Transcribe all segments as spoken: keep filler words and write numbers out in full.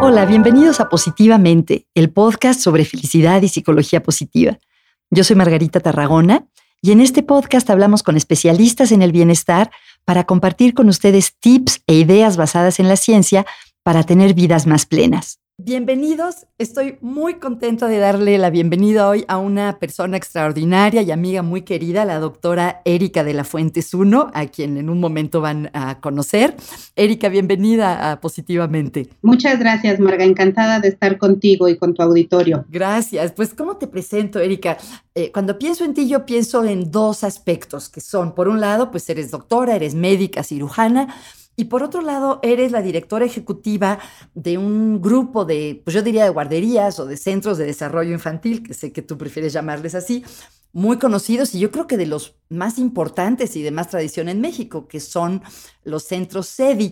Hola, bienvenidos a Positivamente, el podcast sobre felicidad y psicología positiva. Yo soy Margarita Tarragona y en este podcast hablamos con especialistas en el bienestar para compartir con ustedes tips e ideas basadas en la ciencia para tener vidas más plenas. Bienvenidos, estoy muy contenta de darle la bienvenida hoy a una persona extraordinaria y amiga muy querida, la doctora Erika de la Fuentes uno, a quien en un momento van a conocer. Erika, bienvenida a Positivamente. Muchas gracias, Marga, encantada de estar contigo y con tu auditorio. Gracias, pues ¿cómo te presento, Erika? Eh, cuando pienso en ti, yo pienso en dos aspectos que son, por un lado, pues eres doctora, eres médica, cirujana, y por otro lado, eres la directora ejecutiva de un grupo de, pues yo diría de guarderías o de centros de desarrollo infantil, que sé que tú prefieres llamarles así, muy conocidos y yo creo que de los más importantes y de más tradición en México, que son los centros SEDI.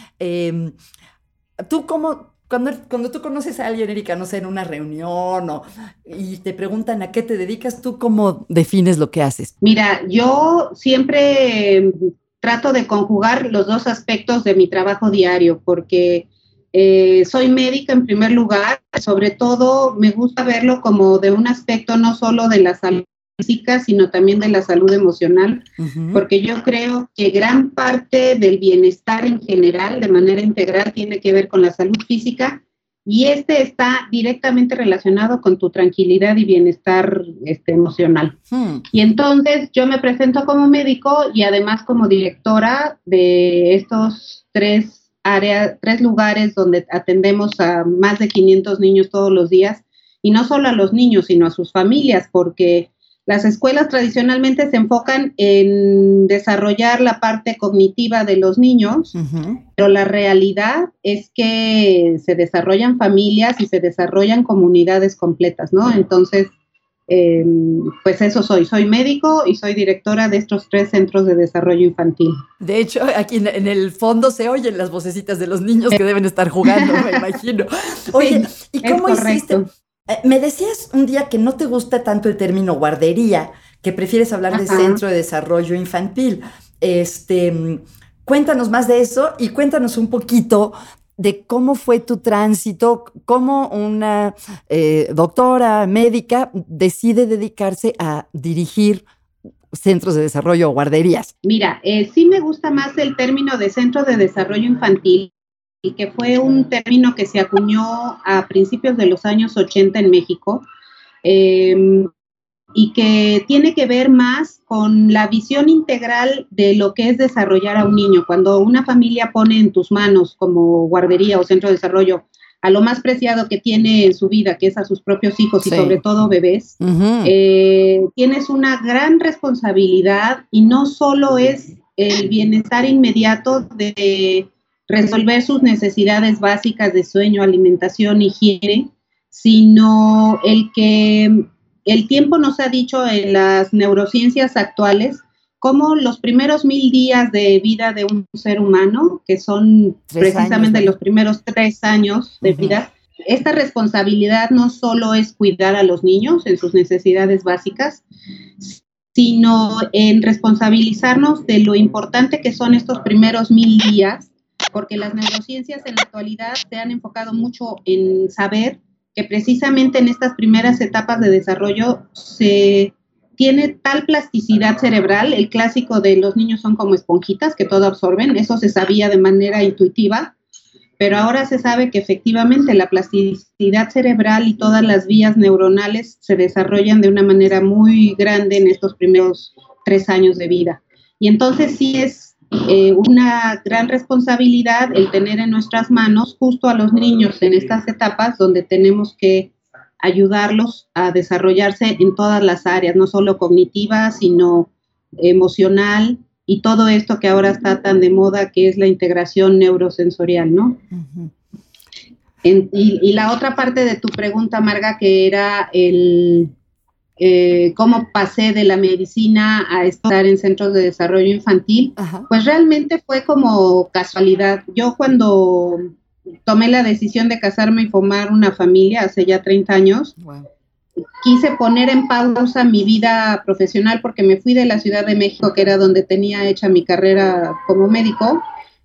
Eh, ¿Tú cómo, cuando, cuando tú conoces a alguien, Erika, no sé, en una reunión o, y te preguntan a qué te dedicas, ¿tú cómo defines lo que haces? Mira, yo siempre trato de conjugar los dos aspectos de mi trabajo diario, porque eh, soy médica en primer lugar, sobre todo me gusta verlo como de un aspecto no solo de la salud física, sino también de la salud emocional, uh-huh. Porque yo creo que gran parte del bienestar en general, de manera integral, tiene que ver con la salud física, y este está directamente relacionado con tu tranquilidad y bienestar este, emocional. Hmm. Y entonces yo me presento como médico y además como directora de estos tres áreas, tres lugares donde atendemos a más de quinientos niños todos los días, y no solo a los niños, sino a sus familias, porque las escuelas tradicionalmente se enfocan en desarrollar la parte cognitiva de los niños, uh-huh. Pero la realidad es que se desarrollan familias y se desarrollan comunidades completas, ¿no? Entonces, eh, pues eso soy. Soy médico y soy directora de estos tres centros de desarrollo infantil. De hecho, aquí en, en el fondo se oyen las vocecitas de los niños que deben estar jugando, me imagino. Oye, sí, ¿y cómo hiciste? Eh, me decías un día que no te gusta tanto el término guardería, que prefieres hablar Ajá. de centro de desarrollo infantil. Este, cuéntanos más de eso y cuéntanos un poquito de cómo fue tu tránsito, cómo una eh, doctora médica decide dedicarse a dirigir centros de desarrollo o guarderías. Mira, eh, sí me gusta más el término de centro de desarrollo infantil, y que fue un término que se acuñó a principios de los años ochenta en México, eh, y que tiene que ver más con la visión integral de lo que es desarrollar a un niño. Cuando una familia pone en tus manos como guardería o centro de desarrollo a lo más preciado que tiene en su vida, que es a sus propios hijos, sí. Y sobre todo bebés, uh-huh. eh, tienes una gran responsabilidad, y no solo es el bienestar inmediato de resolver sus necesidades básicas de sueño, alimentación, higiene, sino el que el tiempo nos ha dicho en las neurociencias actuales cómo los primeros mil días de vida de un ser humano, que son tres precisamente años, los primeros tres años de uh-huh. vida, esta responsabilidad no solo es cuidar a los niños en sus necesidades básicas, sino en responsabilizarnos de lo importante que son estos primeros mil días, porque las neurociencias en la actualidad se han enfocado mucho en saber que precisamente en estas primeras etapas de desarrollo se tiene tal plasticidad cerebral. El clásico de los niños son como esponjitas que todo absorben, eso se sabía de manera intuitiva, pero ahora se sabe que efectivamente la plasticidad cerebral y todas las vías neuronales se desarrollan de una manera muy grande en estos primeros tres años de vida. Y entonces sí es Eh, una gran responsabilidad el tener en nuestras manos justo a los niños en estas etapas donde tenemos que ayudarlos a desarrollarse en todas las áreas, no solo cognitiva, sino emocional, y todo esto que ahora está tan de moda, que es la integración neurosensorial, ¿no? Uh-huh. En, y, y la otra parte de tu pregunta, Marga, que era el... Eh, cómo pasé de la medicina a estar en centros de desarrollo infantil, Ajá. Pues realmente fue como casualidad. Yo cuando tomé la decisión de casarme y formar una familia hace ya treinta años, wow. Quise poner en pausa mi vida profesional porque me fui de la Ciudad de México, que era donde tenía hecha mi carrera como médico,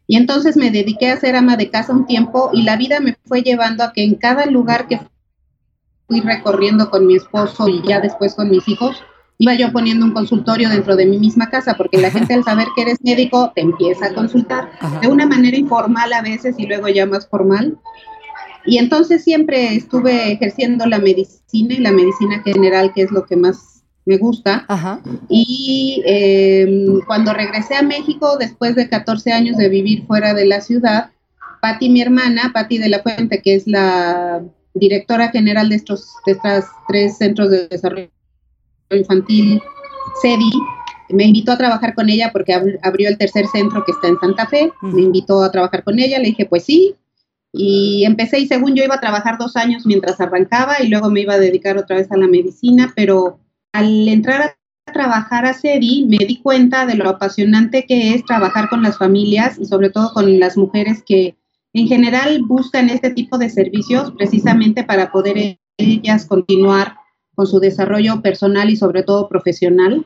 Y entonces me dediqué a ser ama de casa un tiempo y la vida me fue llevando a que en cada lugar que fui recorriendo con mi esposo y ya después con mis hijos, iba yo poniendo un consultorio dentro de mi misma casa, porque la gente al saber que eres médico te empieza a consultar Ajá. de una manera informal a veces y luego ya más formal. Y entonces siempre estuve ejerciendo la medicina y la medicina general, que es lo que más me gusta. Ajá. Y eh, cuando regresé a México, después de catorce años de vivir fuera de la ciudad, Pati, mi hermana, Pati de la Fuente, que es la directora general de estos, de estos tres centros de desarrollo infantil, CEDI, me invitó a trabajar con ella porque ab- abrió el tercer centro que está en Santa Fe. Uh-huh. Me invitó a trabajar con ella, le dije, pues sí. Y empecé, y según yo iba a trabajar dos años mientras arrancaba y luego me iba a dedicar otra vez a la medicina, pero al entrar a trabajar a CEDI me di cuenta de lo apasionante que es trabajar con las familias y sobre todo con las mujeres que en general buscan este tipo de servicios precisamente para poder ellas continuar con su desarrollo personal y sobre todo profesional.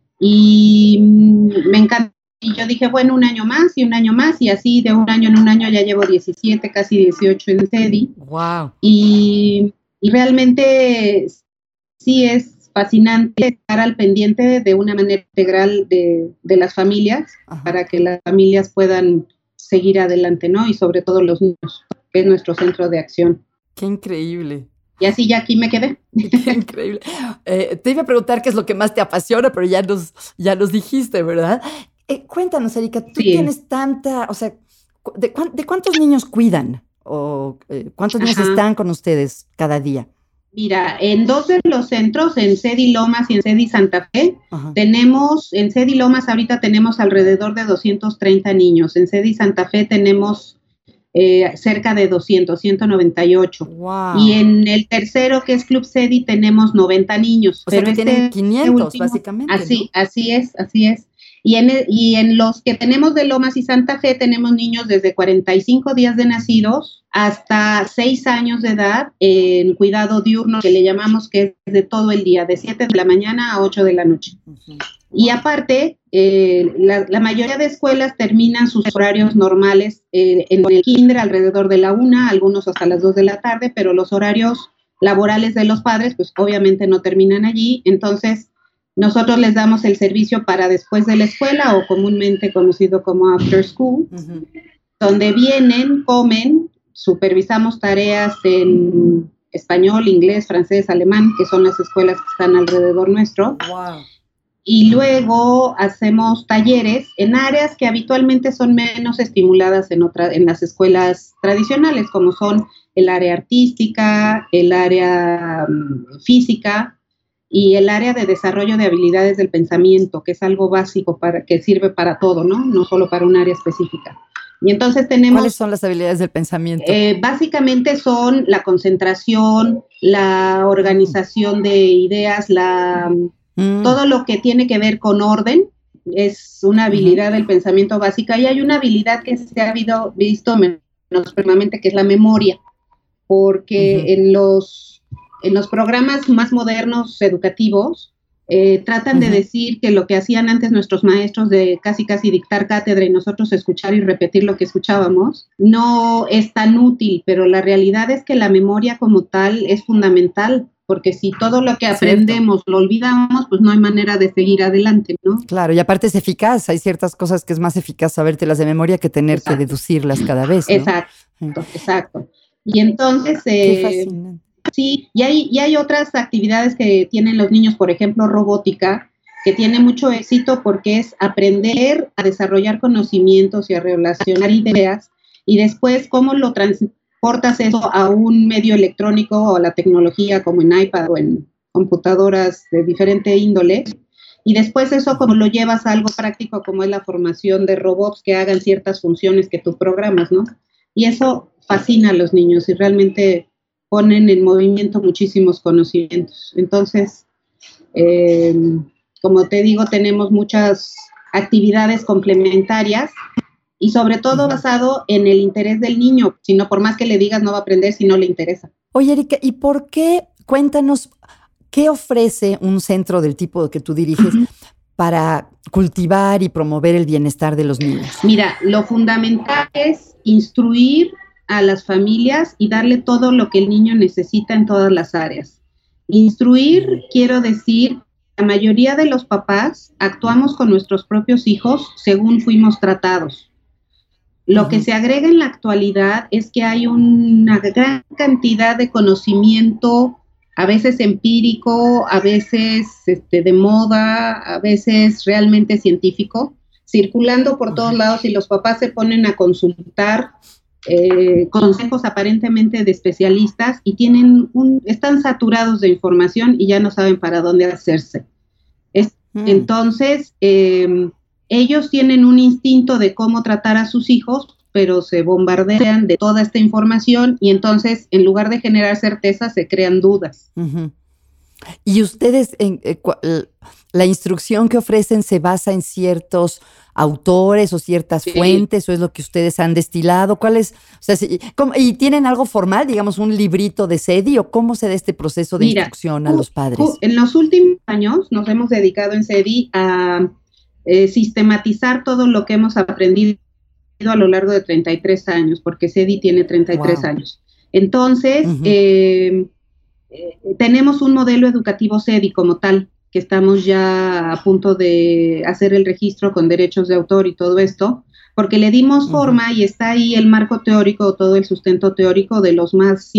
Y me encanta. Y yo dije, bueno, un año más y un año más, y así de un año en un año ya llevo diecisiete, casi dieciocho en CEDI. Wow. Y, y realmente sí es fascinante estar al pendiente de una manera integral de, de las familias, Ajá. para que las familias puedan seguir adelante, ¿no? Y sobre todo los niños, que es nuestro centro de acción. ¡Qué increíble! Y así ya aquí me quedé. ¡Qué increíble! Eh, te iba a preguntar qué es lo que más te apasiona, pero ya nos, ya nos dijiste, ¿verdad? Eh, cuéntanos, Erika, tú sí. tienes tanta, o sea, ¿de, cu- de cuántos niños cuidan? ¿O eh, cuántos Ajá. niños están con ustedes cada día? Mira, en dos de los centros, en CEDI Lomas y en CEDI Santa Fe, Ajá. tenemos, en CEDI Lomas ahorita tenemos alrededor de doscientos treinta niños, en CEDI Santa Fe tenemos eh, cerca de doscientos, ciento noventa y ocho. Wow. Y en el tercero, que es Club CEDI, tenemos noventa niños. O sea, pero que este tienen quinientos, último, básicamente, Así, ¿no? así es, así es. Y en, el, y en los que tenemos de Lomas y Santa Fe tenemos niños desde cuarenta y cinco días de nacidos hasta seis años de edad en cuidado diurno, que le llamamos, que es de todo el día, de siete de la mañana a ocho de la noche. Uh-huh. Y aparte, eh, la, la mayoría de escuelas terminan sus horarios normales eh, en el kinder alrededor de la una, algunos hasta las dos de la tarde, pero los horarios laborales de los padres, pues obviamente no terminan allí. Entonces, nosotros les damos el servicio para después de la escuela, o comúnmente conocido como after school, uh-huh. donde vienen, comen, supervisamos tareas en español, inglés, francés, alemán, que son las escuelas que están alrededor nuestro. Wow. Y luego hacemos talleres en áreas que habitualmente son menos estimuladas en, otra, en las escuelas tradicionales, como son el área artística, el área um, física, y el área de desarrollo de habilidades del pensamiento, que es algo básico para que sirve para todo, ¿no? No solo para un área específica. Y entonces tenemos... ¿Cuáles son las habilidades del pensamiento? Eh, básicamente son la concentración, la organización de ideas, la, mm. todo lo que tiene que ver con orden, es una habilidad uh-huh. del pensamiento básica. Y hay una habilidad que se ha habido, visto menos permanente, que es la memoria, porque uh-huh. en los... En los programas más modernos educativos, eh, tratan uh-huh. de decir que lo que hacían antes nuestros maestros de casi casi dictar cátedra y nosotros escuchar y repetir lo que escuchábamos, no es tan útil, pero la realidad es que la memoria como tal es fundamental, porque si todo lo que aprendemos lo olvidamos, pues no hay manera de seguir adelante, ¿no? Claro, y aparte es eficaz, hay ciertas cosas que es más eficaz sabértelas de memoria que tener exacto. que deducirlas cada vez, ¿no? Exacto, exacto. Y entonces... Eh, Qué fascinante. Sí, y hay, y hay otras actividades que tienen los niños, por ejemplo, robótica, que tiene mucho éxito porque es aprender a desarrollar conocimientos y a relacionar ideas, y después cómo lo transportas eso a un medio electrónico o a la tecnología como en iPad o en computadoras de diferente índole, y después eso cómo lo llevas a algo práctico como es la formación de robots que hagan ciertas funciones que tú programas, ¿no? Y eso fascina a los niños y realmente... ponen en movimiento muchísimos conocimientos. Entonces, eh, como te digo, tenemos muchas actividades complementarias y sobre todo uh-huh. basado en el interés del niño, sino por más que le digas no va a aprender si no le interesa. Oye, Erika, ¿y por qué? Cuéntanos, ¿qué ofrece un centro del tipo que tú diriges uh-huh. para cultivar y promover el bienestar de los niños? Mira, lo fundamental es instruir a las familias y darle todo lo que el niño necesita en todas las áreas. Instruir, quiero decir, la mayoría de los papás actuamos con nuestros propios hijos según fuimos tratados. Lo uh-huh. que se agrega en la actualidad es que hay una gran cantidad de conocimiento, a veces empírico, a veces este, de moda, a veces realmente científico, circulando por todos lados, y los papás se ponen a consultar eh, consejos aparentemente de especialistas y tienen un, están saturados de información y ya no saben para dónde hacerse. Es, mm. Entonces, eh, ellos tienen un instinto de cómo tratar a sus hijos, pero se bombardean de toda esta información y entonces, en lugar de generar certeza, se crean dudas. Uh-huh. ¿Y ustedes, en, eh, la instrucción que ofrecen se basa en ciertos autores o ciertas sí. fuentes, o es lo que ustedes han destilado? ¿Cuál es? O sea, si, ¿cómo, ¿y tienen algo formal, digamos, un librito de CEDI, o cómo se da este proceso de Mira, instrucción a uh, los padres? Uh, en los últimos años nos hemos dedicado en CEDI a eh, sistematizar todo lo que hemos aprendido a lo largo de treinta y tres años, porque CEDI tiene treinta y tres wow. años. Entonces, uh-huh. eh, eh, tenemos un modelo educativo CEDI como tal, que estamos ya a punto de hacer el registro con derechos de autor y todo esto, porque le dimos uh-huh. forma y está ahí el marco teórico, todo el sustento teórico de los más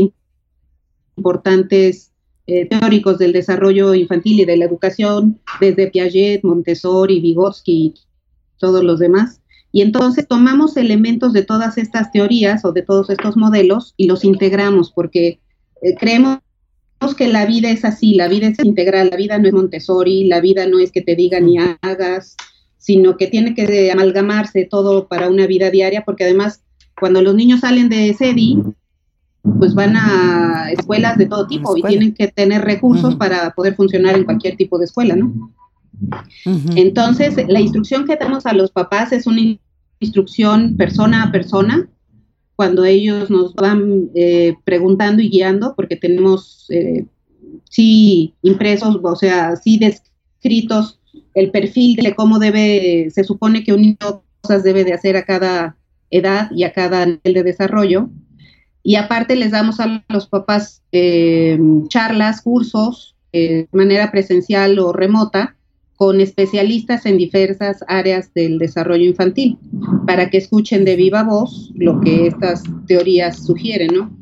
importantes eh, teóricos del desarrollo infantil y de la educación, desde Piaget, Montessori, Vygotsky, todos los demás. Y entonces tomamos elementos de todas estas teorías o de todos estos modelos y los integramos, porque eh, creemos que la vida es así, la vida es integral, la vida no es Montessori, la vida no es que te digan ni hagas, sino que tiene que amalgamarse todo para una vida diaria, porque además cuando los niños salen de CEDI, pues van a escuelas de todo tipo y tienen que tener recursos uh-huh. para poder funcionar en cualquier tipo de escuela, ¿no? Uh-huh. Entonces, la instrucción que damos a los papás es una instrucción persona a persona, cuando ellos nos van eh, preguntando y guiando, porque tenemos eh, sí impresos, o sea, sí descritos el perfil de cómo debe, se supone que un niño cosas debe de hacer a cada edad y a cada nivel de desarrollo. Y aparte les damos a los papás eh, charlas, cursos, eh, de manera presencial o remota, con especialistas en diversas áreas del desarrollo infantil, para que escuchen de viva voz lo que estas teorías sugieren, ¿no?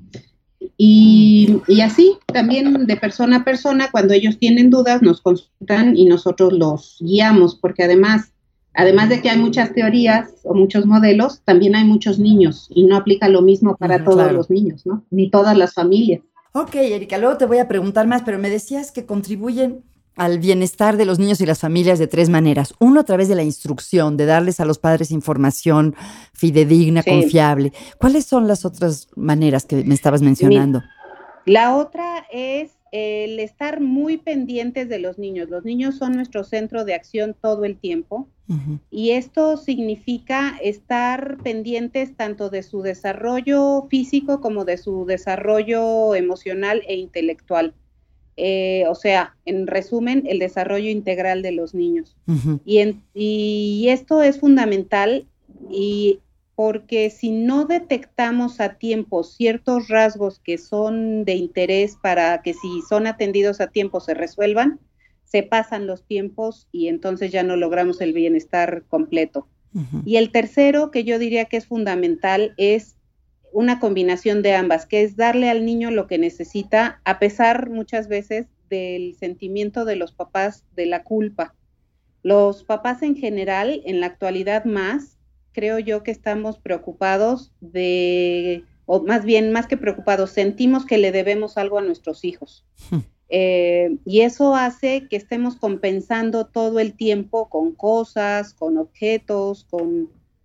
Y, y así, también de persona a persona, cuando ellos tienen dudas, nos consultan y nosotros los guiamos, porque además, además de que hay muchas teorías o muchos modelos, también hay muchos niños, y no aplica lo mismo para uh-huh, todos claro. los niños, ¿no? Ni todas las familias. Ok, Erika, luego te voy a preguntar más, pero me decías que contribuyen al bienestar de los niños y las familias de tres maneras. Uno, a través de la instrucción, de darles a los padres información fidedigna, sí. confiable. ¿Cuáles son las otras maneras que me estabas mencionando? La otra es el estar muy pendientes de los niños. Los niños son nuestro centro de acción todo el tiempo, uh-huh. y esto significa estar pendientes tanto de su desarrollo físico como de su desarrollo emocional e intelectual. Eh, o sea, en resumen, el desarrollo integral de los niños. Uh-huh. Y, en, y esto es fundamental, y porque si no detectamos a tiempo ciertos rasgos que son de interés para que si son atendidos a tiempo se resuelvan, se pasan los tiempos y entonces ya no logramos el bienestar completo. Uh-huh. Y el tercero, que yo diría que es fundamental, es una combinación de ambas, que es darle al niño lo que necesita, a pesar muchas veces del sentimiento de los papás de la culpa. Los papás en general, en la actualidad más, creo yo que estamos preocupados de, o más bien, más que preocupados, sentimos que le debemos algo a nuestros hijos. Hmm. Eh, y eso hace que estemos compensando todo el tiempo con cosas, con objetos, con...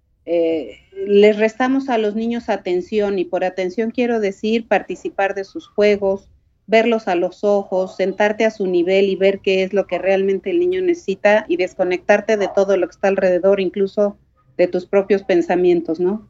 Eh, les restamos a los niños atención, y por atención quiero decir participar de sus juegos, verlos a los ojos, sentarte a su nivel y ver qué es lo que realmente el niño necesita y desconectarte de todo lo que está alrededor, incluso de tus propios pensamientos, ¿no?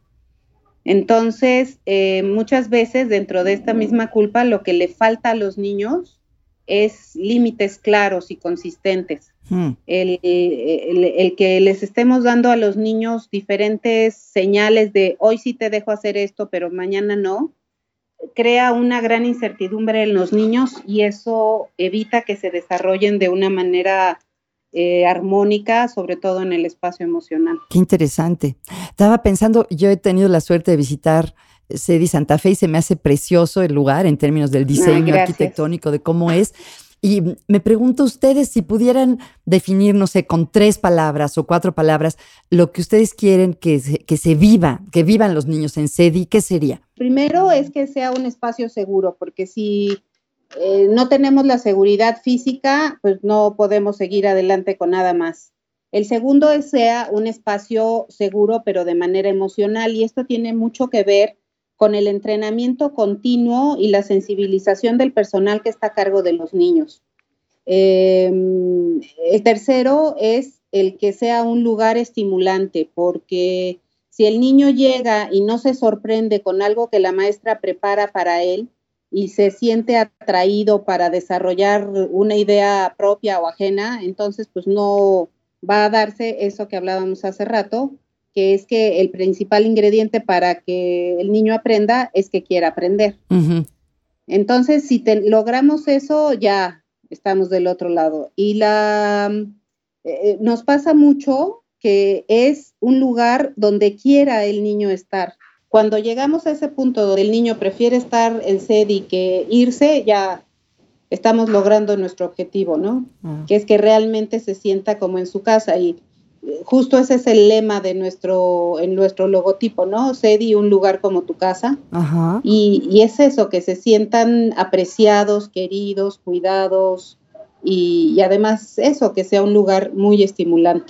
Entonces, eh, muchas veces dentro de esta misma culpa, lo que le falta a los niños es límites claros y consistentes. Hmm. El, el, el que les estemos dando a los niños diferentes señales de hoy sí te dejo hacer esto, pero mañana no, crea una gran incertidumbre en los niños y eso evita que se desarrollen de una manera eh, armónica, sobre todo en el espacio emocional. Qué interesante. Estaba pensando, yo he tenido la suerte de visitar CEDI Santa Fe y se me hace precioso el lugar en términos del diseño Ay, arquitectónico, de cómo es. Y me pregunto ustedes si pudieran definir, no sé, con tres palabras o cuatro palabras, lo que ustedes quieren que se, que se viva, que vivan los niños en CEDI, ¿qué sería? Primero es que sea un espacio seguro, porque si eh, no tenemos la seguridad física, pues no podemos seguir adelante con nada más. El segundo es sea un espacio seguro, pero de manera emocional, y esto tiene mucho que ver con el entrenamiento continuo y la sensibilización del personal que está a cargo de los niños. Eh, el tercero es el que sea un lugar estimulante, porque si el niño llega y no se sorprende con algo que la maestra prepara para él y se siente atraído para desarrollar una idea propia o ajena, entonces pues no va a darse eso que hablábamos hace rato, que es que el principal ingrediente para que el niño aprenda es que quiera aprender. Uh-huh. Entonces, si te, logramos eso, ya estamos del otro lado. Y la, eh, nos pasa mucho que es un lugar donde quiera el niño estar. Cuando llegamos a ese punto donde el niño prefiere estar en CEDI que irse, ya estamos logrando nuestro objetivo, ¿no? Uh-huh. Que es que realmente se sienta como en su casa. Y justo ese es el lema de nuestro, en nuestro logotipo, ¿no? CEDI, un lugar como tu casa. Uh-huh. Y, y es eso, que se sientan apreciados, queridos, cuidados y, y además eso, que sea un lugar muy estimulante.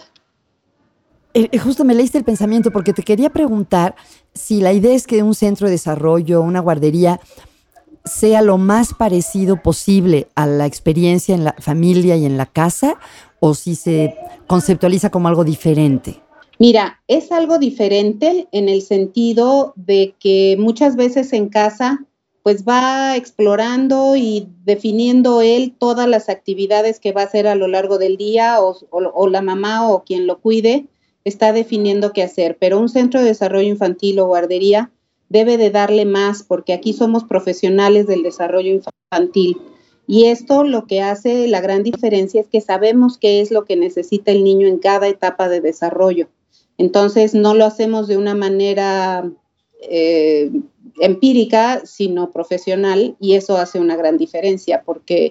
Eh, justo me leíste el pensamiento porque te quería preguntar si la idea es que un centro de desarrollo, una guardería, sea lo más parecido posible a la experiencia en la familia y en la casa, o si se conceptualiza como algo diferente. Mira, es algo diferente en el sentido de que muchas veces en casa pues va explorando y definiendo él todas las actividades que va a hacer a lo largo del día o, o, o la mamá o quien lo cuide está definiendo qué hacer, pero un centro de desarrollo infantil o guardería debe de darle más porque aquí somos profesionales del desarrollo infantil. Y esto lo que hace la gran diferencia es que sabemos qué es lo que necesita el niño en cada etapa de desarrollo. Entonces no lo hacemos de una manera eh, empírica, sino profesional, y eso hace una gran diferencia porque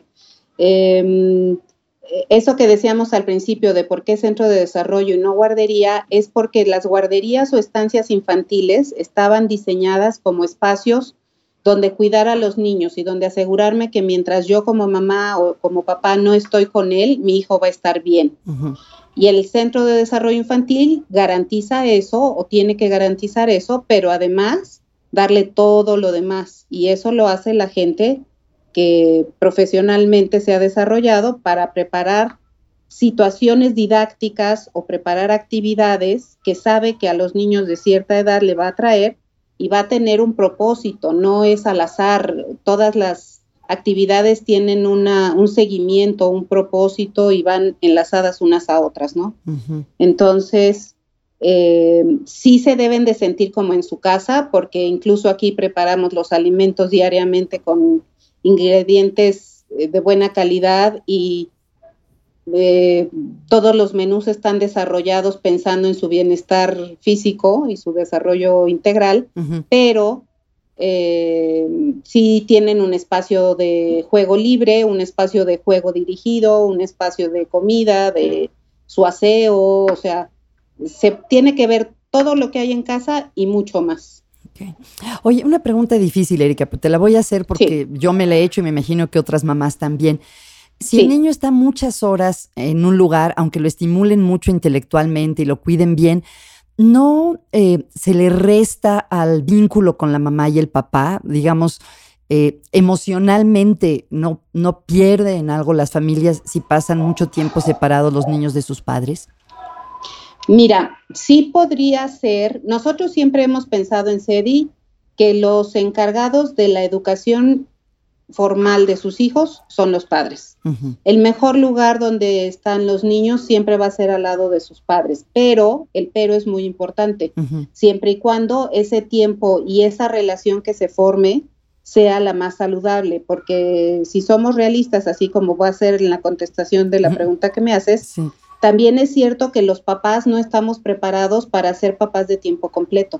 eh, eso que decíamos al principio de por qué centro de desarrollo y no guardería es porque las guarderías o estancias infantiles estaban diseñadas como espacios donde cuidar a los niños y donde asegurarme que mientras yo como mamá o como papá no estoy con él, mi hijo va a estar bien. Uh-huh. Y el Centro de Desarrollo Infantil garantiza eso o tiene que garantizar eso, pero además darle todo lo demás. Y eso lo hace la gente que profesionalmente se ha desarrollado para preparar situaciones didácticas o preparar actividades que sabe que a los niños de cierta edad le va a atraer y va a tener un propósito, no es al azar. Todas las actividades tienen una, un seguimiento, un propósito y van enlazadas unas a otras, ¿no? Uh-huh. Entonces, eh, sí se deben de sentir como en su casa, porque incluso aquí preparamos los alimentos diariamente con ingredientes de buena calidad y Eh, todos los menús están desarrollados pensando en su bienestar físico y su desarrollo integral, uh-huh. pero eh, sí tienen un espacio de juego libre, un espacio de juego dirigido, un espacio de comida, de su aseo, o sea, se tiene que ver todo lo que hay en casa y mucho más. Okay. Oye, una pregunta difícil, Erika, pero te la voy a hacer porque sí. Yo me la he hecho y me imagino que otras mamás también. Si sí. El niño está muchas horas en un lugar, aunque lo estimulen mucho intelectualmente y lo cuiden bien, ¿no eh, se le resta al vínculo con la mamá y el papá? Digamos, eh, emocionalmente, ¿no, ¿no pierden algo las familias si pasan mucho tiempo separados los niños de sus padres? Mira, sí podría ser. Nosotros siempre hemos pensado en CEDI que los encargados de la educación formal de sus hijos son los padres. Uh-huh. El mejor lugar donde están los niños siempre va a ser al lado de sus padres, pero el pero es muy importante, uh-huh. siempre y cuando ese tiempo y esa relación que se forme sea la más saludable, porque si somos realistas, así como va a ser en la contestación de la uh-huh. pregunta que me haces, sí. También es cierto que los papás no estamos preparados para ser papás de tiempo completo.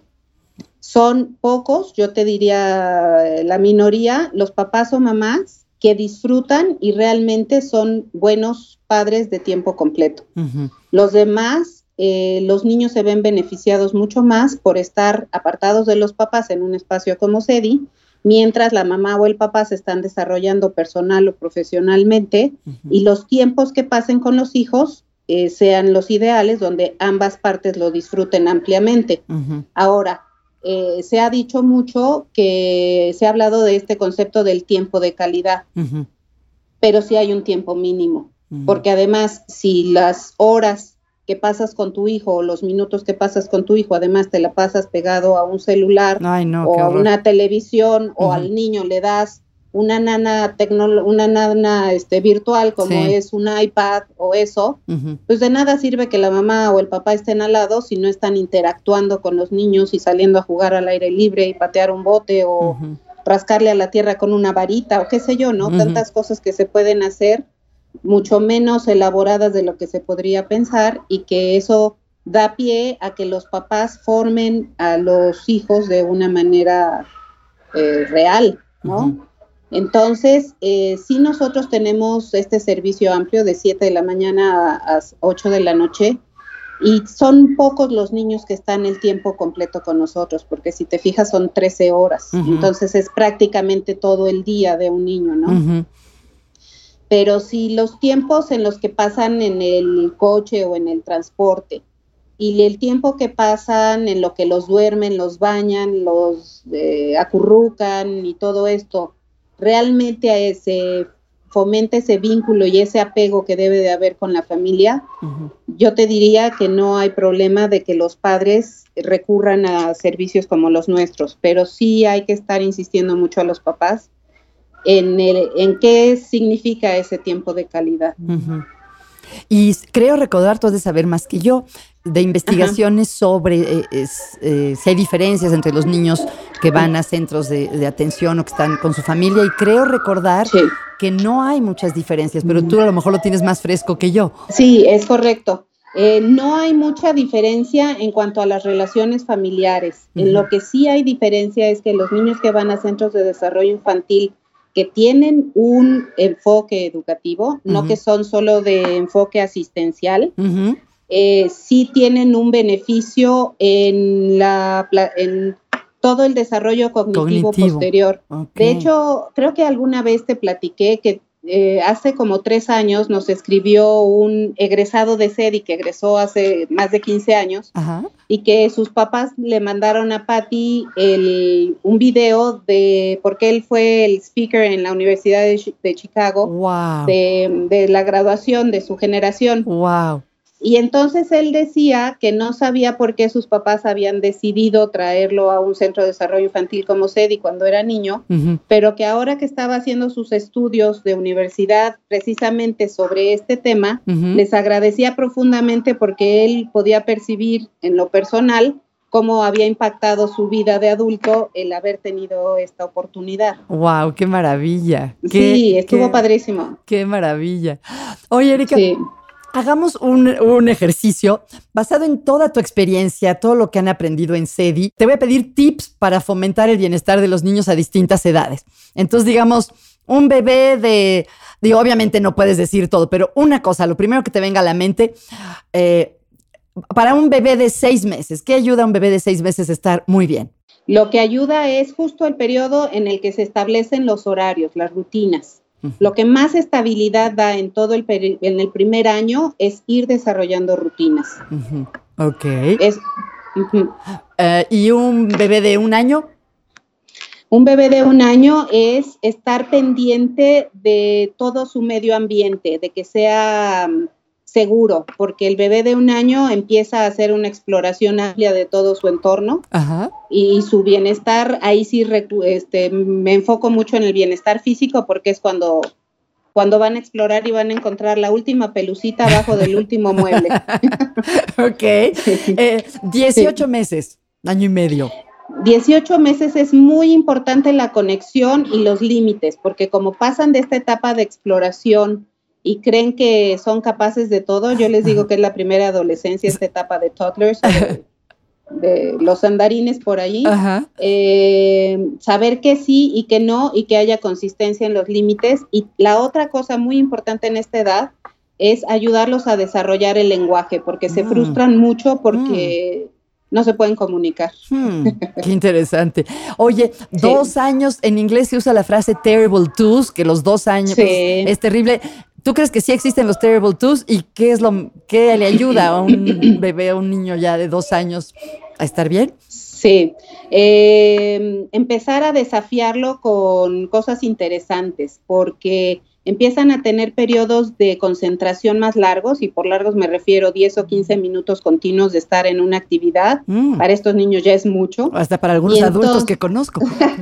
Son pocos, yo te diría la minoría, los papás o mamás que disfrutan y realmente son buenos padres de tiempo completo. Uh-huh. Los demás, eh, los niños se ven beneficiados mucho más por estar apartados de los papás en un espacio como SEDI, mientras la mamá o el papá se están desarrollando personal o profesionalmente, uh-huh. y los tiempos que pasen con los hijos eh, sean los ideales, donde ambas partes lo disfruten ampliamente. Uh-huh. Ahora, Eh, se ha dicho mucho que se ha hablado de este concepto del tiempo de calidad, uh-huh. pero sí hay un tiempo mínimo, uh-huh. porque además si las horas que pasas con tu hijo o los minutos que pasas con tu hijo, además te la pasas pegado a un celular Ay, no, o a una televisión uh-huh. o al niño le das una nana, tecno- una nana este, virtual como sí. es un iPad o eso, uh-huh. pues de nada sirve que la mamá o el papá estén al lado si no están interactuando con los niños y saliendo a jugar al aire libre y patear un bote o uh-huh. rascarle a la tierra con una varita o qué sé yo, ¿no? Uh-huh. Tantas cosas que se pueden hacer, mucho menos elaboradas de lo que se podría pensar, y que eso da pie a que los papás formen a los hijos de una manera eh, real, ¿no? Uh-huh. Entonces, eh, sí nosotros tenemos este servicio amplio de siete de la mañana a, a ocho de la noche, y son pocos los niños que están el tiempo completo con nosotros, porque si te fijas son trece horas, uh-huh. entonces es prácticamente todo el día de un niño, ¿no? Uh-huh. Pero si los tiempos en los que pasan en el coche o en el transporte, y el tiempo que pasan en lo que los duermen, los bañan, los eh, acurrucan y todo esto, realmente a ese, fomenta ese vínculo y ese apego que debe de haber con la familia, uh-huh. yo te diría que no hay problema de que los padres recurran a servicios como los nuestros, pero sí hay que estar insistiendo mucho a los papás en, el, en qué significa ese tiempo de calidad. Uh-huh. Y creo recordar, tú has de saber más que yo, de investigaciones Ajá. sobre eh, es, eh, si hay diferencias entre los niños que van a centros de, de atención o que están con su familia, y creo recordar sí. que no hay muchas diferencias, pero tú a lo mejor lo tienes más fresco que yo. Sí, es correcto. Eh, no hay mucha diferencia en cuanto a las relaciones familiares. Uh-huh. En lo que sí hay diferencia es que los niños que van a centros de desarrollo infantil que tienen un enfoque educativo, uh-huh. no que son solo de enfoque asistencial, uh-huh. eh, sí tienen un beneficio en, la, en todo el desarrollo cognitivo, cognitivo. posterior. Okay. De hecho, creo que alguna vez te platiqué que eh, hace como tres años nos escribió un egresado de SEDI que egresó hace más de quince años, uh-huh. y que sus papás le mandaron a Patty el, un video de, porque él fue el speaker en la Universidad de, de Chicago, wow. de, de la graduación de su generación. Wow. Y entonces él decía que no sabía por qué sus papás habían decidido traerlo a un centro de desarrollo infantil como SEDI cuando era niño, uh-huh. pero que ahora que estaba haciendo sus estudios de universidad precisamente sobre este tema, uh-huh. les agradecía profundamente porque él podía percibir en lo personal cómo había impactado su vida de adulto el haber tenido esta oportunidad. ¡Wow! ¡Qué maravilla! Sí, qué, estuvo qué, padrísimo. ¡Qué maravilla! Oye, Erika, sí. hagamos un, un ejercicio basado en toda tu experiencia, todo lo que han aprendido en SEDI. Te voy a pedir tips para fomentar el bienestar de los niños a distintas edades. Entonces, digamos, un bebé de... Digo, obviamente no puedes decir todo, pero una cosa, lo primero que te venga a la mente, eh, para un bebé de seis meses, ¿qué ayuda a un bebé de seis meses a estar muy bien? Lo que ayuda es justo el periodo en el que se establecen los horarios, las rutinas. Lo que más estabilidad da en todo el peri- en el primer año es ir desarrollando rutinas. Uh-huh. Ok. Es, uh-huh. uh, ¿Y un bebé de un año? Un bebé de un año es estar pendiente de todo su medio ambiente, de que sea um, seguro, porque el bebé de un año empieza a hacer una exploración amplia de todo su entorno. Ajá. Y su bienestar, ahí sí este, me enfoco mucho en el bienestar físico, porque es cuando, cuando van a explorar y van a encontrar la última pelucita abajo del último mueble. Ok, eh, dieciocho sí. meses, año y medio. dieciocho meses es muy importante la conexión y los límites, porque como pasan de esta etapa de exploración y creen que son capaces de todo, yo les digo que es la primera adolescencia, esta etapa de toddlers, de, de los andarines por ahí, eh, saber que sí y que no, y que haya consistencia en los límites. Y la otra cosa muy importante en esta edad es ayudarlos a desarrollar el lenguaje, porque se mm. frustran mucho porque... Mm. no se pueden comunicar. Hmm, qué interesante. Oye, sí. dos años, en inglés se usa la frase terrible twos, que los dos años sí. pues, es terrible. ¿Tú crees que sí existen los terrible twos? ¿Y qué es lo qué le ayuda a un bebé, a un niño ya de dos años a estar bien? Sí, eh, empezar a desafiarlo con cosas interesantes, porque empiezan a tener periodos de concentración más largos, y por largos me refiero diez o quince minutos continuos de estar en una actividad. Mm. Para estos niños ya es mucho. Hasta para algunos entonces... adultos que conozco.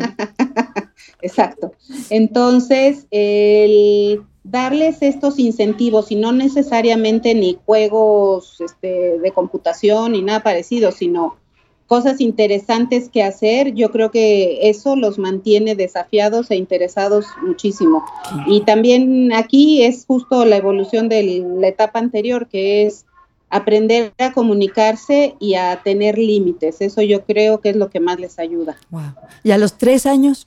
Exacto. Entonces, el darles estos incentivos, y no necesariamente ni juegos este, de computación ni nada parecido, sino cosas interesantes que hacer, yo creo que eso los mantiene desafiados e interesados muchísimo. Y también aquí es justo la evolución de la etapa anterior, que es aprender a comunicarse y a tener límites. Eso yo creo que es lo que más les ayuda. Wow. ¿Y a los tres años?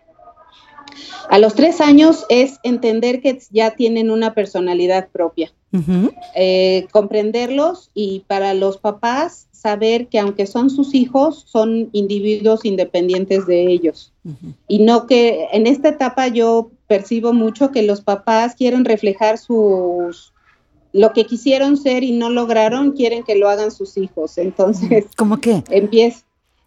A los tres años es entender que ya tienen una personalidad propia. Uh-huh. Eh, comprenderlos, y para los papás saber que aunque son sus hijos, son individuos independientes de ellos. Uh-huh. Y no que en esta etapa yo percibo mucho que los papás quieren reflejar sus lo que quisieron ser y no lograron, quieren que lo hagan sus hijos. Entonces, ¿cómo qué? Empieza,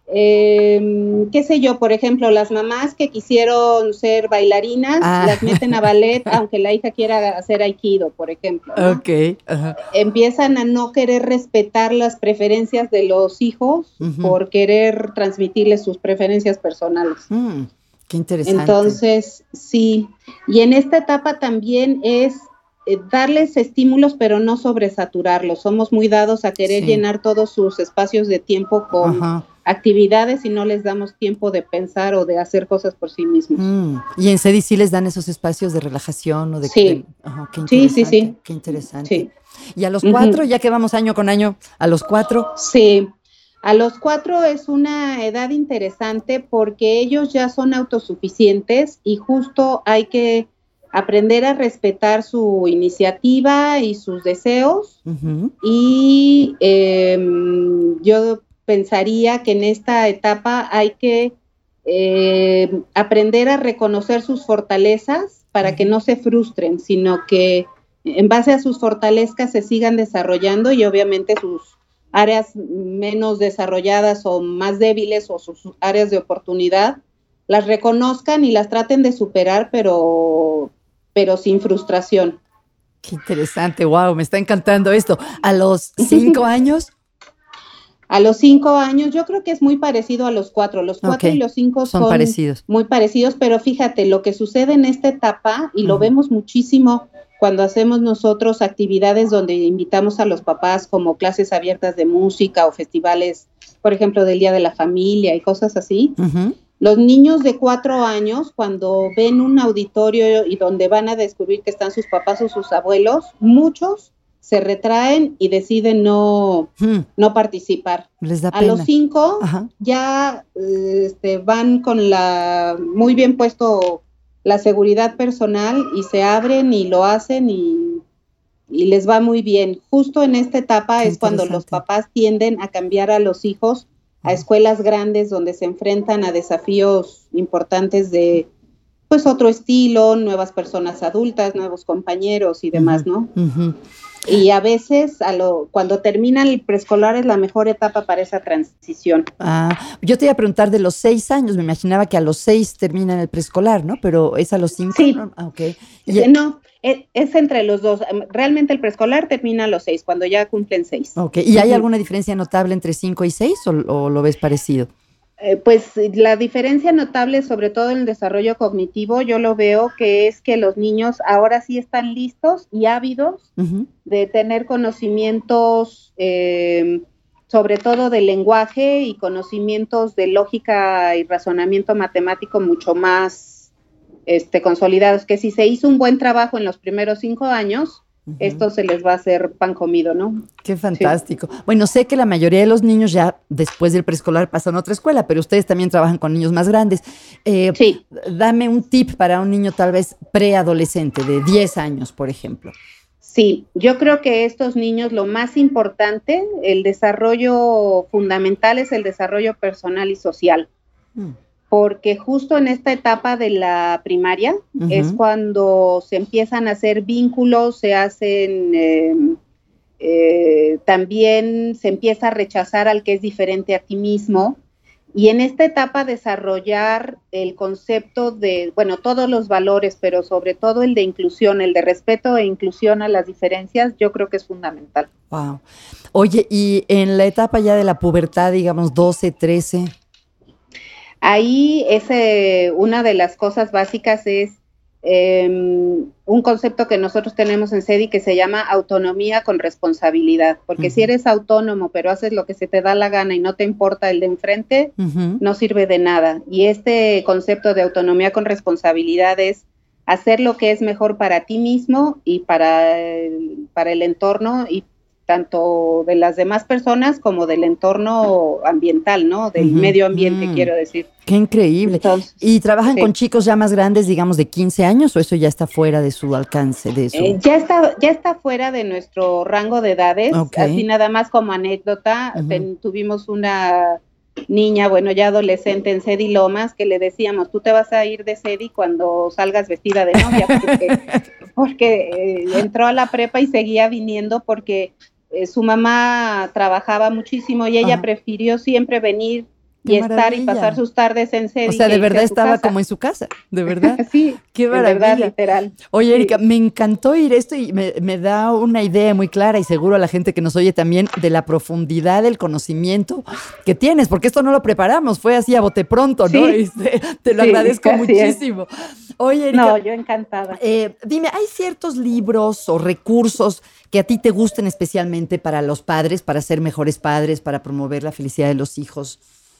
eh, qué sé yo, por ejemplo, las mamás que quisieron ser bailarinas, ah. las meten a ballet, aunque la hija quiera hacer aikido, por ejemplo, ¿no? Okay. Uh-huh. Empiezan a no querer respetar las preferencias de los hijos, uh-huh, por querer transmitirles sus preferencias personales. Mm, qué interesante. Entonces, sí, y en esta etapa también es eh, darles estímulos, pero no sobresaturarlos. Somos muy dados a querer sí. llenar todos sus espacios de tiempo con uh-huh. actividades, y no les damos tiempo de pensar o de hacer cosas por sí mismos. Mm. ¿Y en C D sí les dan esos espacios de relajación o de sí. que, oh, qué interesante, sí, sí, sí. Qué interesante. Sí. Y a los cuatro, uh-huh, ya que vamos año con año, a los cuatro. Sí, a los cuatro es una edad interesante porque ellos ya son autosuficientes, y justo hay que aprender a respetar su iniciativa y sus deseos. Uh-huh. Y eh, yo pensaría que en esta etapa hay que eh, aprender a reconocer sus fortalezas para uh-huh. que no se frustren, sino que en base a sus fortalezas se sigan desarrollando, y obviamente sus áreas menos desarrolladas o más débiles, o sus áreas de oportunidad, las reconozcan y las traten de superar, pero, pero sin frustración. Qué interesante, wow, me está encantando esto. ¿A los cinco años? A los cinco años, yo creo que es muy parecido a los cuatro. Los cuatro okay. y los cinco son, son parecidos. Muy parecidos, pero fíjate, lo que sucede en esta etapa, y uh-huh. lo vemos muchísimo cuando hacemos nosotros actividades donde invitamos a los papás, como clases abiertas de música o festivales, por ejemplo, del Día de la Familia y cosas así. Uh-huh. Los niños de cuatro años, cuando ven un auditorio y donde van a descubrir que están sus papás o sus abuelos, muchos se retraen y deciden no, hmm. no participar. Les da a pena. Los cinco Ajá. ya este, van con la muy bien puesto la seguridad personal, y se abren y lo hacen, y, y les va muy bien. Justo en esta etapa Qué es cuando los papás tienden a cambiar a los hijos a escuelas grandes donde se enfrentan a desafíos importantes de pues otro estilo, nuevas personas adultas, nuevos compañeros y demás, uh-huh. ¿no? Uh-huh. Y a veces, a lo, cuando termina el preescolar, es la mejor etapa para esa transición. Ah, yo te iba a preguntar de los seis años, me imaginaba que a los seis terminan el preescolar, ¿no? Pero es a los cinco. Sí. ¿No? Ah, ok. Y, no, es, es entre los dos. Realmente el preescolar termina a los seis, cuando ya cumplen seis. Ok. ¿Y hay alguna diferencia notable entre cinco y seis o, o lo ves parecido? Eh, pues la diferencia notable, sobre todo en el desarrollo cognitivo, yo lo veo que es que los niños ahora sí están listos y ávidos uh-huh. de tener conocimientos, eh, sobre todo del lenguaje y conocimientos de lógica y razonamiento matemático mucho más este, consolidados, que si se hizo un buen trabajo en los primeros cinco años, Uh-huh. esto se les va a hacer pan comido, ¿no? Qué fantástico. Sí. Bueno, sé que la mayoría de los niños ya después del preescolar pasan a otra escuela, pero ustedes también trabajan con niños más grandes. Eh, sí. Dame un tip para un niño tal vez preadolescente de diez años, por ejemplo. Sí, yo creo que estos niños lo más importante, el desarrollo fundamental es el desarrollo personal y social. Mm. Porque justo en esta etapa de la primaria uh-huh. es cuando se empiezan a hacer vínculos, se hacen, eh, eh, también se empieza a rechazar al que es diferente a ti mismo, y en esta etapa desarrollar el concepto de, bueno, todos los valores, pero sobre todo el de inclusión, el de respeto e inclusión a las diferencias, yo creo que es fundamental. Wow. Oye, y en la etapa ya de la pubertad, digamos doce, trece... Ahí es, eh, una de las cosas básicas es eh, un concepto que nosotros tenemos en C E D I que se llama autonomía con responsabilidad, porque uh-huh. si eres autónomo pero haces lo que se te da la gana y no te importa el de enfrente, uh-huh. no sirve de nada. Y este concepto de autonomía con responsabilidad es hacer lo que es mejor para ti mismo y para el, para el entorno, y tanto de las demás personas como del entorno ambiental, ¿no? Del uh-huh. medio ambiente, uh-huh. quiero decir. ¡Qué increíble! Entonces, ¿y trabajan sí. con chicos ya más grandes, digamos, de quince años, o eso ya está fuera de su alcance? De su... Eh, ya está ya está fuera de nuestro rango de edades. Okay. Así nada más como anécdota, uh-huh. ten, tuvimos una niña, bueno, ya adolescente en C E D I Lomas, que le decíamos, tú te vas a ir de C E D I cuando salgas vestida de novia, porque, porque eh, entró a la prepa y seguía viniendo porque eh, su mamá trabajaba muchísimo y ella Ajá. prefirió siempre venir y estar y pasar sus tardes en C E D I. O sea, de verdad estaba casa. Como en su casa, de verdad. Sí, qué maravilla. De verdad, literal. Oye, Erika, sí. me encantó oír esto y me, me da una idea muy clara, y seguro a la gente que nos oye también, de la profundidad del conocimiento que tienes, porque esto no lo preparamos, fue así a bote pronto, ¿no? Sí. Y te, te lo sí, agradezco muchísimo. Es. Oye, Erika. No, yo encantada. Eh, dime, ¿hay ciertos libros o recursos que a ti te gusten especialmente para los padres, para ser mejores padres, para promover la felicidad de los hijos?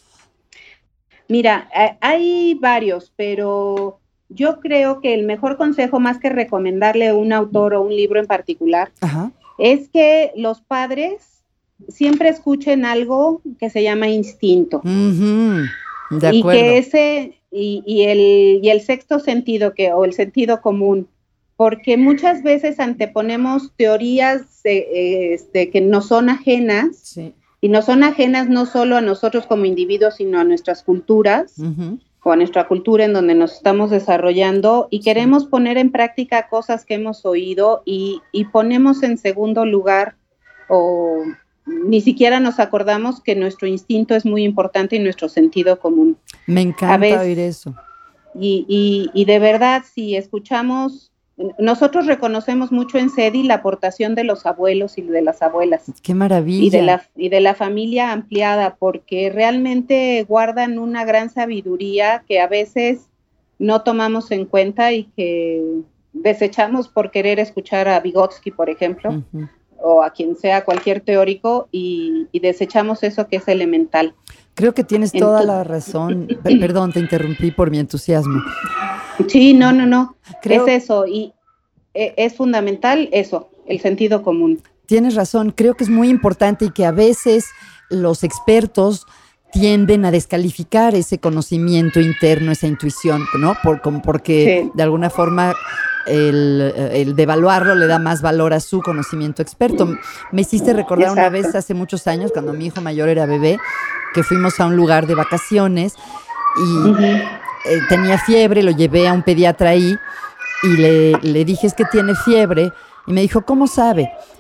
Mira, hay varios, pero yo creo que el mejor consejo, más que recomendarle un autor o un libro en particular, Ajá. es que los padres siempre escuchen algo que se llama instinto. Uh-huh. De y acuerdo. que ese, y, y, el, y el sexto sentido, que, o el sentido común, porque muchas veces anteponemos teorías eh, este, que no son ajenas, sí. Y no son ajenas no solo a nosotros como individuos, sino a nuestras culturas, uh-huh. o a nuestra cultura en donde nos estamos desarrollando, y queremos sí. poner en práctica cosas que hemos oído y, y ponemos en segundo lugar, o ni siquiera nos acordamos que nuestro instinto es muy importante y nuestro sentido común. Me encanta veces, oír eso. Y, y, y de verdad, si escuchamos... Nosotros reconocemos mucho en C E D I la aportación de los abuelos y de las abuelas. ¡Qué maravilla! Y de la, y de la familia ampliada, porque realmente guardan una gran sabiduría que a veces no tomamos en cuenta y que desechamos por querer escuchar a Vygotsky, por ejemplo, uh-huh. o a quien sea, cualquier teórico, y, y desechamos eso que es elemental. Creo que tienes toda Entonces, la razón. P- perdón, te interrumpí por mi entusiasmo. Sí, no, no, no. Creo, es eso, y es fundamental eso, el sentido común. Tienes razón, creo que es muy importante y que a veces los expertos tienden a descalificar ese conocimiento interno, esa intuición, ¿no? Por, como porque sí. de alguna forma el, el devaluarlo le da más valor a su conocimiento experto. Me hiciste recordar Exacto. una vez hace muchos años, cuando mi hijo mayor era bebé, que fuimos a un lugar de vacaciones y uh-huh. eh, tenía fiebre, lo llevé a un pediatra ahí y le, le dije, es que tiene fiebre, y me dijo, ¿cómo sabe?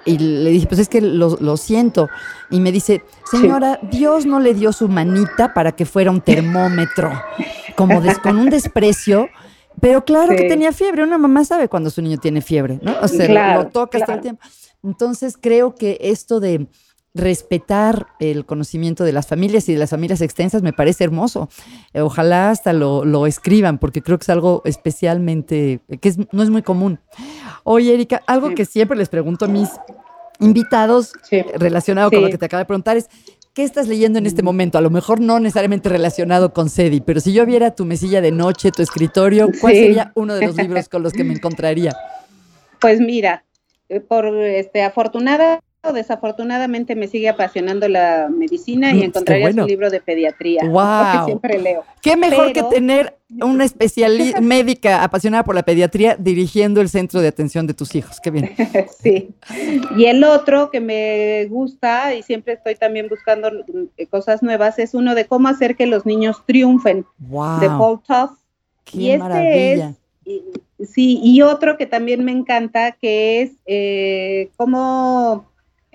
Y le dije, pues es que lo, lo siento. Y me dice, señora, sí. Dios no le dio su manita para que fuera un termómetro, como des, con un desprecio. Pero claro sí. que tenía fiebre. Una mamá sabe cuando su niño tiene fiebre, ¿no? O sea, claro, lo tocas claro. todo el tiempo. Entonces creo que esto de respetar el conocimiento de las familias y de las familias extensas me parece hermoso. Ojalá hasta lo, lo escriban, porque creo que es algo especialmente, que es, no es muy común. Oye, Erika, algo sí. que siempre les pregunto a mis invitados sí. relacionado sí. con lo que te acabo de preguntar es, ¿qué estás leyendo en este momento? A lo mejor no necesariamente relacionado con Cedi, pero si yo viera tu mesilla de noche, tu escritorio, ¿cuál sí. sería uno de los libros con los que me encontraría? Pues mira, por este, afortunada o desafortunadamente me sigue apasionando la medicina y encontraría bueno. un libro de pediatría, wow. que siempre leo. Qué mejor Pero, que tener una especialista médica apasionada por la pediatría dirigiendo el centro de atención de tus hijos. Qué bien. Sí. Y el otro que me gusta y siempre estoy también buscando cosas nuevas es uno de cómo hacer que los niños triunfen, wow. de Paul Tough. Qué y este maravilla. es y, sí, y otro que también me encanta que es eh, cómo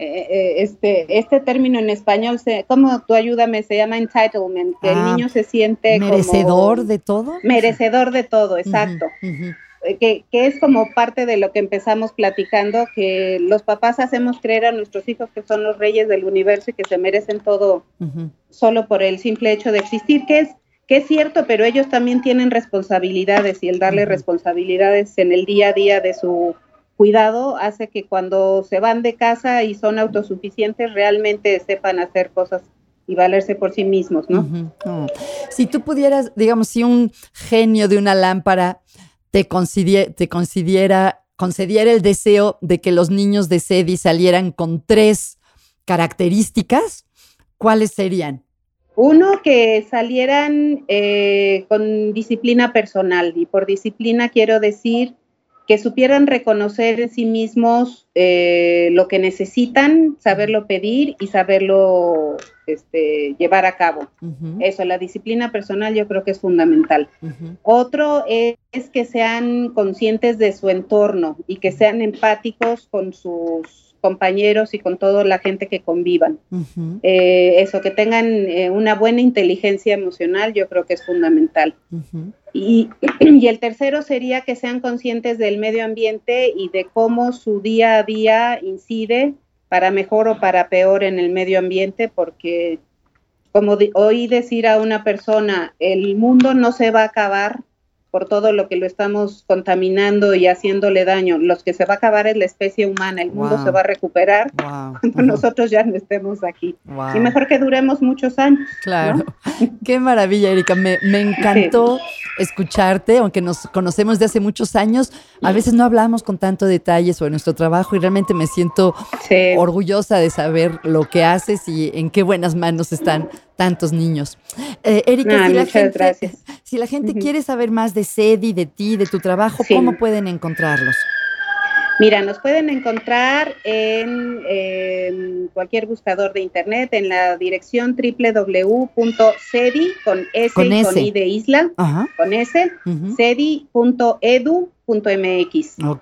Eh, este, este término en español, se, ¿cómo tú ayúdame? Se llama entitlement, que ah, el niño se siente merecedor como, de todo. Merecedor de todo, exacto. Uh-huh, uh-huh. Que, que es como parte de lo que empezamos platicando, que los papás hacemos creer a nuestros hijos que son los reyes del universo y que se merecen todo uh-huh. solo por el simple hecho de existir, que es, que es cierto, pero ellos también tienen responsabilidades y el darle uh-huh. responsabilidades en el día a día de su cuidado hace que cuando se van de casa y son autosuficientes realmente sepan hacer cosas y valerse por sí mismos, ¿no? Uh-huh. Oh. Si tú pudieras, digamos, si un genio de una lámpara te concediera, te concediera, concediera el deseo de que los niños de Cedi salieran con tres características, ¿cuáles serían? Uno, que salieran eh, con disciplina personal, y por disciplina quiero decir que supieran reconocer en sí mismos eh, lo que necesitan, saberlo pedir y saberlo este, llevar a cabo. Uh-huh. Eso, la disciplina personal yo creo que es fundamental. Uh-huh. Otro es, es que sean conscientes de su entorno y que sean empáticos con sus compañeros y con toda la gente que convivan. Uh-huh. Eh, eso, que tengan eh, una buena inteligencia emocional, yo creo que es fundamental. Uh-huh. Y, y el tercero sería que sean conscientes del medio ambiente y de cómo su día a día incide para mejor o para peor en el medio ambiente, porque como de, oí decir a una persona, el mundo no se va a acabar por todo lo que lo estamos contaminando y haciéndole daño. Los que se va a acabar es la especie humana, el mundo wow. se va a recuperar wow. cuando uh-huh. nosotros ya no estemos aquí. Wow. Y mejor que duremos muchos años. Claro. ¿No? Qué maravilla, Erika. Me, me encantó sí. escucharte, aunque nos conocemos de hace muchos años. A veces no hablamos con tanto detalle sobre nuestro trabajo y realmente me siento sí. orgullosa de saber lo que haces y en qué buenas manos están tantos niños. Eh, Erika, ah, si, la muchas gente, gracias. si la gente uh-huh. quiere saber más de Cedi, de ti, de tu trabajo, sí. ¿cómo pueden encontrarlos? Mira, nos pueden encontrar en eh, cualquier buscador de internet en la dirección doble u doble u doble u punto cedi con S con, y S. con I de isla, uh-huh. con S, uh-huh. cedi punto edu punto m x. Ok.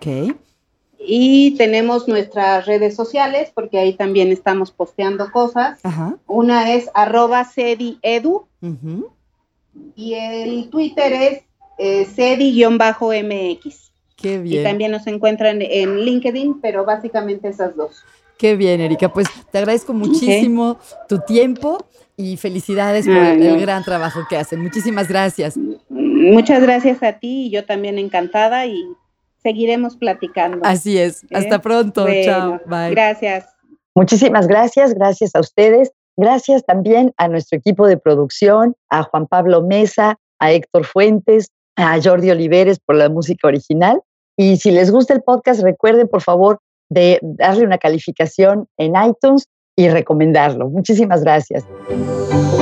Y tenemos nuestras redes sociales, porque ahí también estamos posteando cosas. Uh-huh. Una es arroba cediedu, uh-huh. y el Twitter es eh, cedi-M X. Qué bien. Y también nos encuentran en LinkedIn, pero básicamente esas dos. Qué bien, Erika. Pues te agradezco muchísimo okay. tu tiempo y felicidades por Ay, el no. gran trabajo que hacen. Muchísimas gracias. Muchas gracias a ti y yo también encantada y seguiremos platicando. Así es. ¿Eh? Hasta pronto. Bueno, chao. Bye. Gracias. Muchísimas gracias. Gracias a ustedes. Gracias también a nuestro equipo de producción, a Juan Pablo Mesa, a Héctor Fuentes, a Jordi Oliveres por la música original. Y si les gusta el podcast, recuerden, por favor, de darle una calificación en iTunes y recomendarlo. Muchísimas gracias.